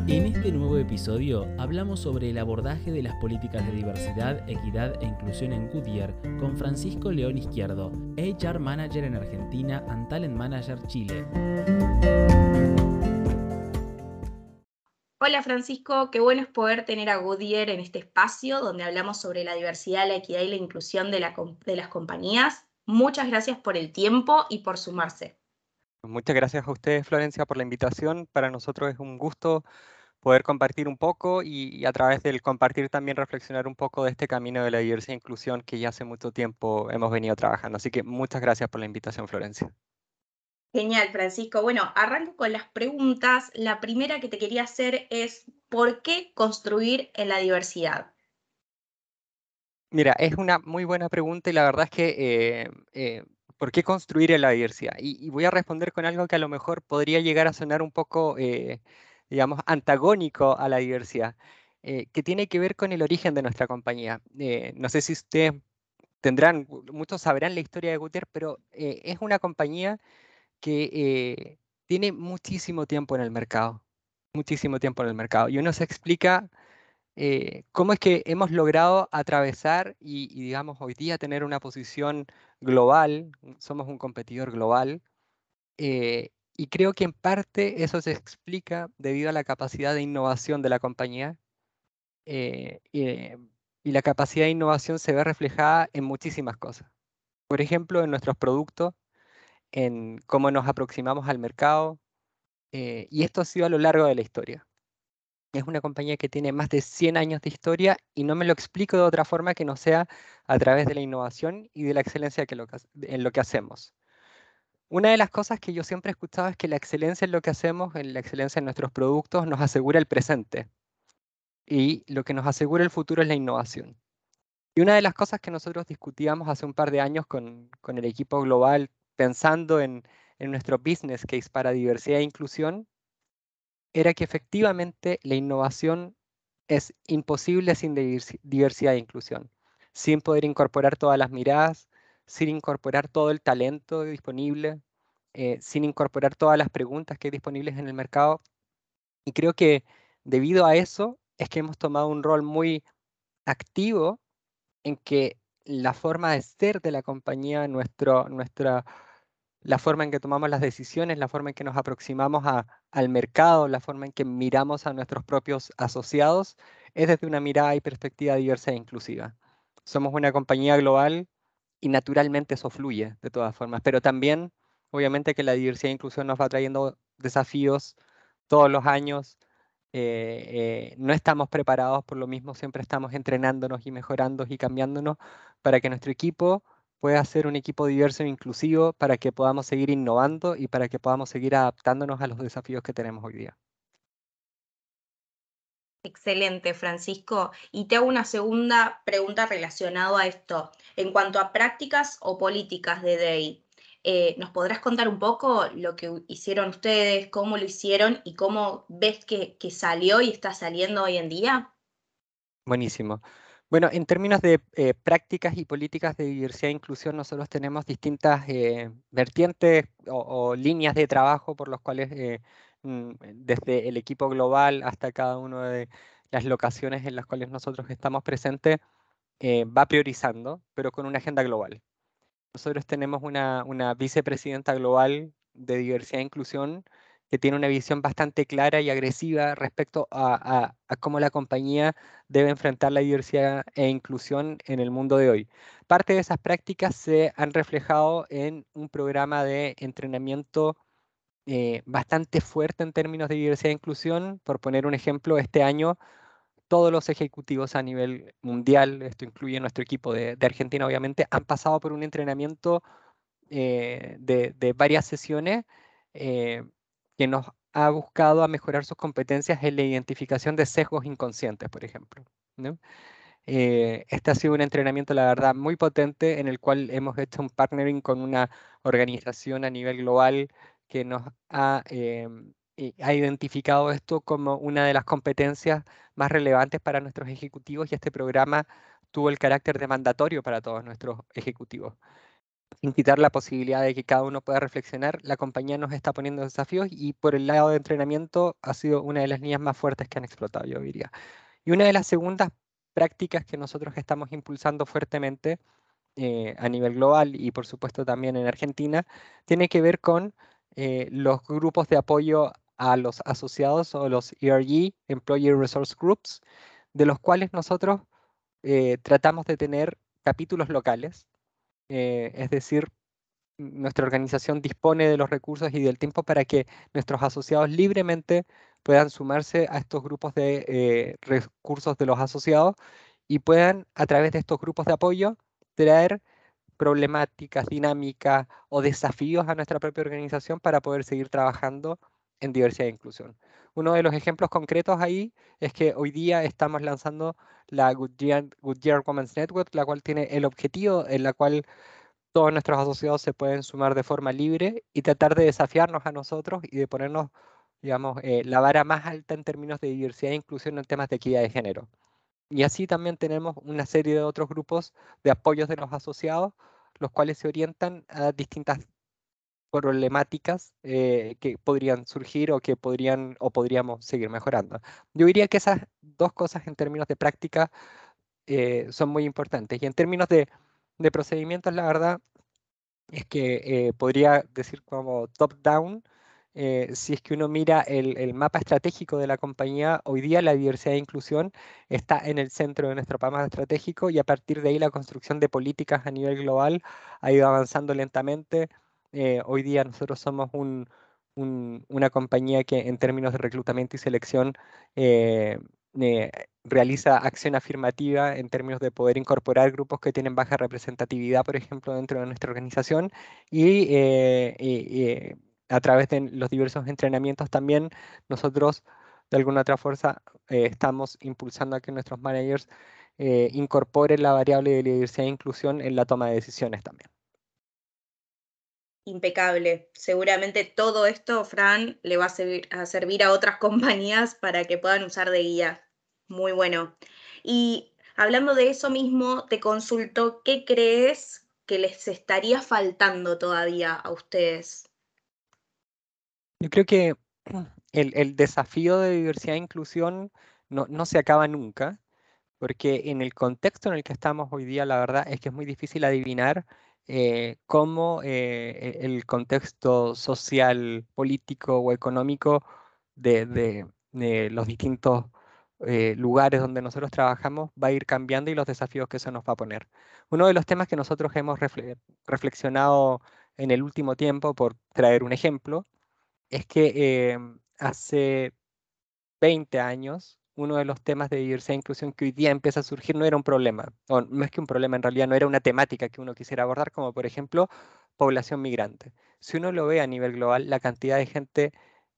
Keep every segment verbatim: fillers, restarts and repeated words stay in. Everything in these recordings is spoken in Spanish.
En este nuevo episodio hablamos sobre el abordaje de las políticas de diversidad, equidad e inclusión en Goodyear con Francisco León Izquierdo, H R Manager en Argentina and Talent Manager Chile. Hola Francisco, qué bueno es poder tener a Goodyear en este espacio donde hablamos sobre la diversidad, la equidad y la inclusión de, la, de las compañías. Muchas gracias por el tiempo y por sumarse. Muchas gracias a ustedes, Florencia, por la invitación. Para nosotros es un gusto poder compartir un poco y, y a través del compartir también reflexionar un poco de este camino de la diversidad e inclusión que ya hace mucho tiempo hemos venido trabajando. Así que muchas gracias por la invitación, Florencia. Genial, Francisco. Bueno, arranco con las preguntas. La primera que te quería hacer es, ¿por qué construir en la diversidad? Mira, es una muy buena pregunta y la verdad es que, eh, eh, ¿por qué construir en la diversidad? Y, y voy a responder con algo que a lo mejor podría llegar a sonar un poco, eh, digamos, antagónico a la diversidad, eh, que tiene que ver con el origen de nuestra compañía. Eh, no sé si ustedes tendrán, muchos sabrán la historia de Goodyear, pero eh, es una compañía que eh, tiene muchísimo tiempo en el mercado, muchísimo tiempo en el mercado. Y uno se explica eh, cómo es que hemos logrado atravesar y, y, digamos, hoy día tener una posición global, somos un competidor global, eh, y creo que en parte eso se explica debido a la capacidad de innovación de la compañía, eh, eh, y la capacidad de innovación se ve reflejada en muchísimas cosas. Por ejemplo, en nuestros productos, en cómo nos aproximamos al mercado, eh, y esto ha sido a lo largo de la historia. Es una compañía que tiene más de cien años de historia y no me lo explico de otra forma que no sea a través de la innovación y de la excelencia que lo que, en lo que hacemos. Una de las cosas que yo siempre he escuchado es que la excelencia en lo que hacemos, en la excelencia en nuestros productos, nos asegura el presente y lo que nos asegura el futuro es la innovación. Y una de las cosas que nosotros discutíamos hace un par de años con, con el equipo global, pensando en, en nuestro business case para diversidad e inclusión, era que efectivamente la innovación es imposible sin diversi- diversidad e inclusión, sin poder incorporar todas las miradas, sin incorporar todo el talento disponible, eh, sin incorporar todas las preguntas que hay disponibles en el mercado. Y creo que debido a eso es que hemos tomado un rol muy activo en que la forma de ser de la compañía, nuestro, nuestra, la forma en que tomamos las decisiones, la forma en que nos aproximamos a- al mercado, la forma en que miramos a nuestros propios asociados, es desde una mirada y perspectiva diversa e inclusiva. Somos una compañía global y naturalmente eso fluye de todas formas, pero también, obviamente, que la diversidad e inclusión nos va trayendo desafíos todos los años. Eh, eh, no estamos preparados, por lo mismo siempre estamos entrenándonos y mejorando y cambiándonos para que nuestro equipo pueda ser un equipo diverso e inclusivo, para que podamos seguir innovando y para que podamos seguir adaptándonos a los desafíos que tenemos hoy día. Excelente, Francisco. Y te hago una segunda pregunta relacionada a esto. En cuanto a prácticas o políticas de D E I, eh, ¿nos podrás contar un poco lo que hicieron ustedes, cómo lo hicieron y cómo ves que, que salió y está saliendo hoy en día? Buenísimo. Bueno, en términos de eh, prácticas y políticas de diversidad e inclusión, nosotros tenemos distintas eh, vertientes o, o líneas de trabajo por los cuales, eh, mm, desde el equipo global hasta cada una de las locaciones en las cuales nosotros estamos presentes, eh, va priorizando, pero con una agenda global. Nosotros tenemos una, una vicepresidenta global de diversidad e inclusión que tiene una visión bastante clara y agresiva respecto a, a- a cómo la compañía debe enfrentar la diversidad e inclusión en el mundo de hoy. Parte de esas prácticas se han reflejado en un programa de entrenamiento eh, bastante fuerte en términos de diversidad e inclusión. Por poner un ejemplo, este año todos los ejecutivos a nivel mundial, esto incluye nuestro equipo de, de Argentina obviamente, han pasado por un entrenamiento eh, de, de varias sesiones eh, que nos ha buscado a mejorar sus competencias en la identificación de sesgos inconscientes, por ejemplo, ¿no? Eh, este ha sido un entrenamiento, la verdad, muy potente en el cual hemos hecho un partnering con una organización a nivel global que nos ha, eh, y ha identificado esto como una de las competencias más relevantes para nuestros ejecutivos y este programa tuvo el carácter de mandatorio para todos nuestros ejecutivos. sin quitar la posibilidad de que cada uno pueda reflexionar, la compañía nos está poniendo desafíos y por el lado de entrenamiento ha sido una de las líneas más fuertes que han explotado, yo diría. Y una de las segundas prácticas que nosotros estamos impulsando fuertemente eh, a nivel global y por supuesto también en Argentina, tiene que ver con eh, los grupos de apoyo a los asociados o los E R G, Employee Resource Groups, de los cuales nosotros eh, tratamos de tener capítulos locales, eh, es decir, nuestra organización dispone de los recursos y del tiempo para que nuestros asociados libremente puedan sumarse a estos grupos de eh, recursos de los asociados y puedan, a través de estos grupos de apoyo, traer problemáticas, dinámicas o desafíos a nuestra propia organización para poder seguir trabajando en diversidad e inclusión. Uno de los ejemplos concretos ahí es que hoy día estamos lanzando la Goodyear, Goodyear Women's Network, la cual tiene el objetivo en la cual todos nuestros asociados se pueden sumar de forma libre y tratar de desafiarnos a nosotros y de ponernos, digamos, eh, la vara más alta en términos de diversidad e inclusión en temas de equidad de género. Y así también tenemos una serie de otros grupos de apoyos de los asociados, los cuales se orientan a distintas problemáticas eh, que podrían surgir o que podrían o podríamos seguir mejorando. Yo diría que esas dos cosas en términos de práctica eh, son muy importantes. Y en términos de, de procedimientos, la verdad es que eh, podría decir como top-down, eh, si es que uno mira el, el mapa estratégico de la compañía, hoy día la diversidad e inclusión está en el centro de nuestro mapa estratégico y a partir de ahí la construcción de políticas a nivel global ha ido avanzando lentamente. Eh, hoy día nosotros somos un, un- una compañía que en términos de reclutamiento y selección eh, eh, realiza acción afirmativa en términos de poder incorporar grupos que tienen baja representatividad, por ejemplo, dentro de nuestra organización y, eh, y- y a través de los diversos entrenamientos también nosotros de alguna otra fuerza eh, estamos impulsando a que nuestros managers eh, incorporen la variable de diversidad e inclusión en la toma de decisiones también. Impecable. Seguramente todo esto, Fran, le va a servir, a servir a otras compañías para que puedan usar de guía. Muy bueno. Y hablando de eso mismo, te consulto, ¿qué crees que les estaría faltando todavía a ustedes? Yo creo que el, el desafío de diversidad e inclusión no, no se acaba nunca. Porque en el contexto en el que estamos hoy día, la verdad es que es muy difícil adivinar eh, cómo eh, e- el contexto social, político o económico de, de- de los distintos eh, lugares donde nosotros trabajamos va a ir cambiando y los desafíos que eso nos va a poner. Uno de los temas que nosotros hemos refle- reflexionado en el último tiempo, por traer un ejemplo, es que eh, hace veinte años, uno de los temas de diversidad e inclusión que hoy día empieza a surgir no era un problema, o no es que un problema, en realidad no era una temática que uno quisiera abordar, como por ejemplo población migrante. Si uno lo ve a nivel global, la cantidad de gente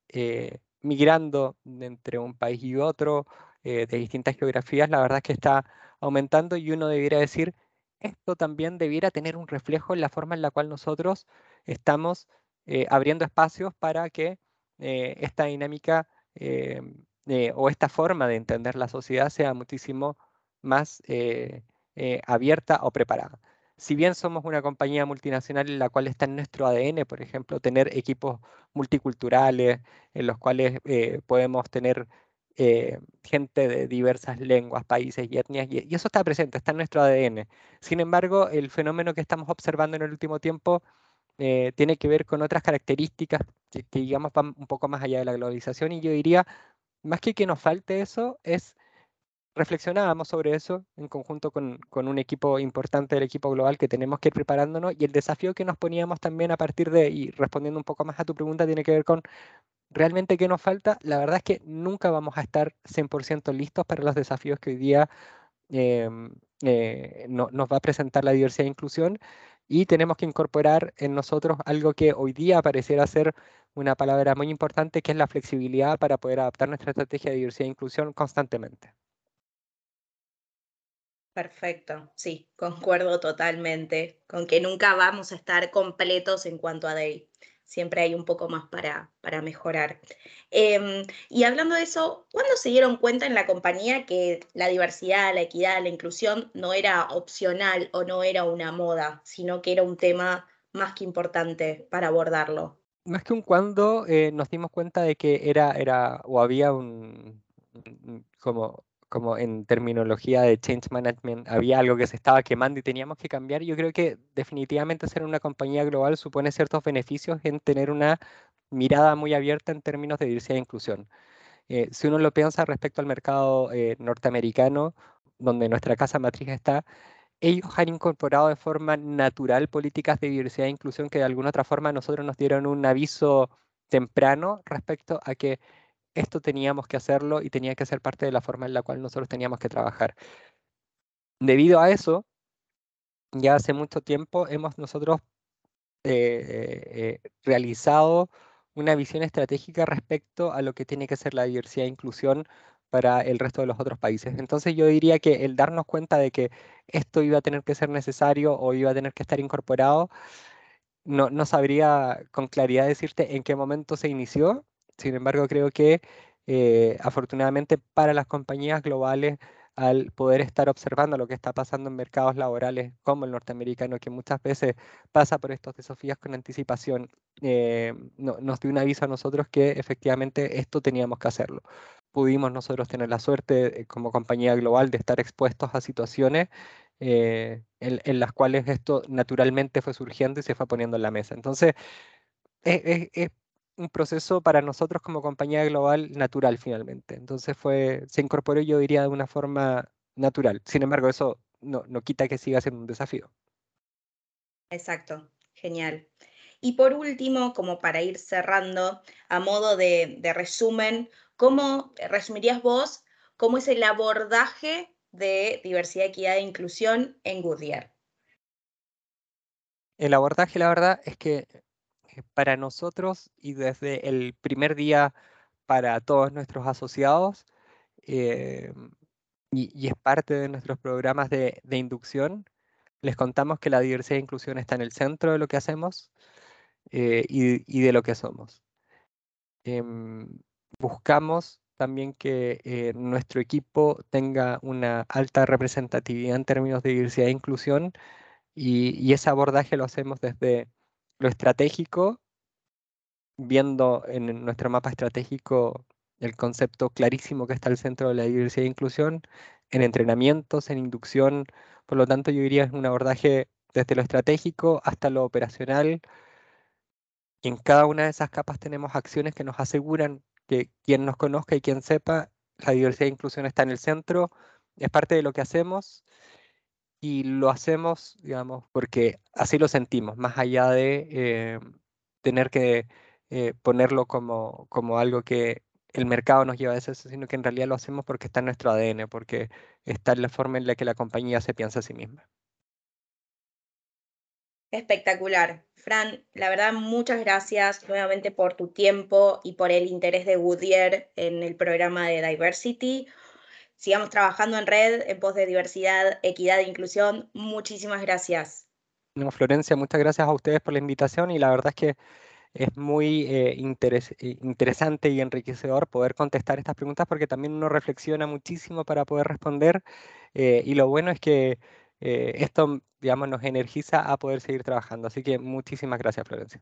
eh, migrando entre un país y otro, eh, de distintas geografías, la verdad es que está aumentando y uno debiera decir, esto también debiera tener un reflejo en la forma en la cual nosotros estamos eh, abriendo espacios para que eh, esta dinámica eh, eh, o esta forma de entender la sociedad sea muchísimo más eh, eh, abierta o preparada. Si bien somos una compañía multinacional en la cual está en nuestro A D N, por ejemplo, tener equipos multiculturales, en los cuales eh, podemos tener eh, gente de diversas lenguas, países y etnias, y, y eso está presente, está en nuestro A D N. Sin embargo, el fenómeno que estamos observando en el último tiempo eh, tiene que ver con otras características que, que, digamos, van un poco más allá de la globalización, y yo diría, más que que nos falte eso, es reflexionábamos sobre eso en conjunto con, con un equipo importante del equipo global que tenemos que ir preparándonos y el desafío que nos poníamos también a partir de, y respondiendo un poco más a tu pregunta, tiene que ver con realmente qué nos falta. La verdad es que nunca vamos a estar cien por ciento listos para los desafíos que hoy día eh, eh, no, nos va a presentar la diversidad e inclusión y tenemos que incorporar en nosotros algo que hoy día pareciera ser una palabra muy importante, que es la flexibilidad para poder adaptar nuestra estrategia de diversidad e inclusión constantemente. Perfecto, sí, concuerdo totalmente con que nunca vamos a estar completos en cuanto a D E I. siempre hay un poco más para, para mejorar. Eh, y hablando de eso, ¿cuándo se dieron cuenta en la compañía que la diversidad, la equidad, la inclusión no era opcional o no era una moda, sino que era un tema más que importante para abordarlo? Más que un cuando, eh, nos dimos cuenta de que era, era o había un, un- como, como en terminología de change management, había algo que se estaba quemando y teníamos que cambiar. Yo creo que definitivamente ser una compañía global supone ciertos beneficios en tener una mirada muy abierta en términos de diversidad e inclusión. Eh, si uno lo piensa respecto al mercado eh, norteamericano, donde nuestra casa matriz está, ellos han incorporado de forma natural políticas de diversidad e inclusión que de alguna otra forma a nosotros nos dieron un aviso temprano respecto a que esto teníamos que hacerlo y tenía que ser parte de la forma en la cual nosotros teníamos que trabajar. Debido a eso, ya hace mucho tiempo hemos nosotros eh, eh, realizado una visión estratégica respecto a lo que tiene que ser la diversidad e inclusión para el resto de los otros países. Entonces yo diría que el darnos cuenta de que esto iba a tener que ser necesario o iba a tener que estar incorporado, no, no sabría con claridad decirte en qué momento se inició. Sin embargo, creo que eh, afortunadamente para las compañías globales, al poder estar observando lo que está pasando en mercados laborales como el norteamericano, que muchas veces pasa por estos desafíos con anticipación, eh, no- nos dio un aviso a nosotros que efectivamente esto teníamos que hacerlo. Pudimos nosotros tener la suerte eh, como compañía global de estar expuestos a situaciones eh, en, en las cuales esto naturalmente fue surgiendo y se fue poniendo en la mesa. Entonces, es, es- es un proceso para nosotros como compañía global natural finalmente. Entonces fue, se incorporó, yo diría, de una forma natural. Sin embargo, eso no, no quita que siga siendo un desafío. Exacto, genial. Y por último, como para ir cerrando, a modo de, de resumen, ¿cómo resumirías vos cómo es el abordaje de diversidad, equidad e inclusión en Goodyear? El abordaje, la verdad, es que eh, para nosotros y desde el primer día para todos nuestros asociados, eh, y, y es parte de nuestros programas de, de inducción, les contamos que la diversidad e inclusión está en el centro de lo que hacemos eh, y, y de lo que somos. Em, buscamos también que eh, nuestro equipo tenga una alta representatividad en términos de diversidad e inclusión y, y ese abordaje lo hacemos desde lo estratégico, viendo en nuestro mapa estratégico el concepto clarísimo que está al centro de la diversidad e inclusión, en entrenamientos, en inducción. Por lo tanto, yo diría es un abordaje desde lo estratégico hasta lo operacional. Y en cada una de esas capas tenemos acciones que nos aseguran que quien nos conozca y quien sepa, la diversidad e inclusión está en el centro, es parte de lo que hacemos y lo hacemos, digamos, porque así lo sentimos, más allá de eh, tener que eh, ponerlo como, como algo que el mercado nos lleva a eso, sino que en realidad lo hacemos porque está en nuestro A D N, porque está en la forma en la que la compañía se piensa a sí misma. Espectacular. Fran, la verdad, muchas gracias nuevamente por tu tiempo y por el interés de Goodyear en el programa de Diversity. Sigamos trabajando en red en pos de diversidad, equidad e inclusión. Muchísimas gracias. No, Florencia, muchas gracias a ustedes por la invitación y la verdad es que es muy eh, interes- eh, interesante y enriquecedor poder contestar estas preguntas porque también uno reflexiona muchísimo para poder responder eh, y lo bueno es que eh, esto, digamos, nos energiza a poder seguir trabajando. Así que muchísimas gracias, Florencia.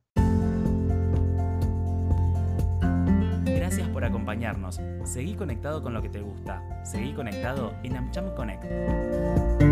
Gracias por acompañarnos. Seguí conectado con lo que te gusta. Seguí conectado en AmCham Connect.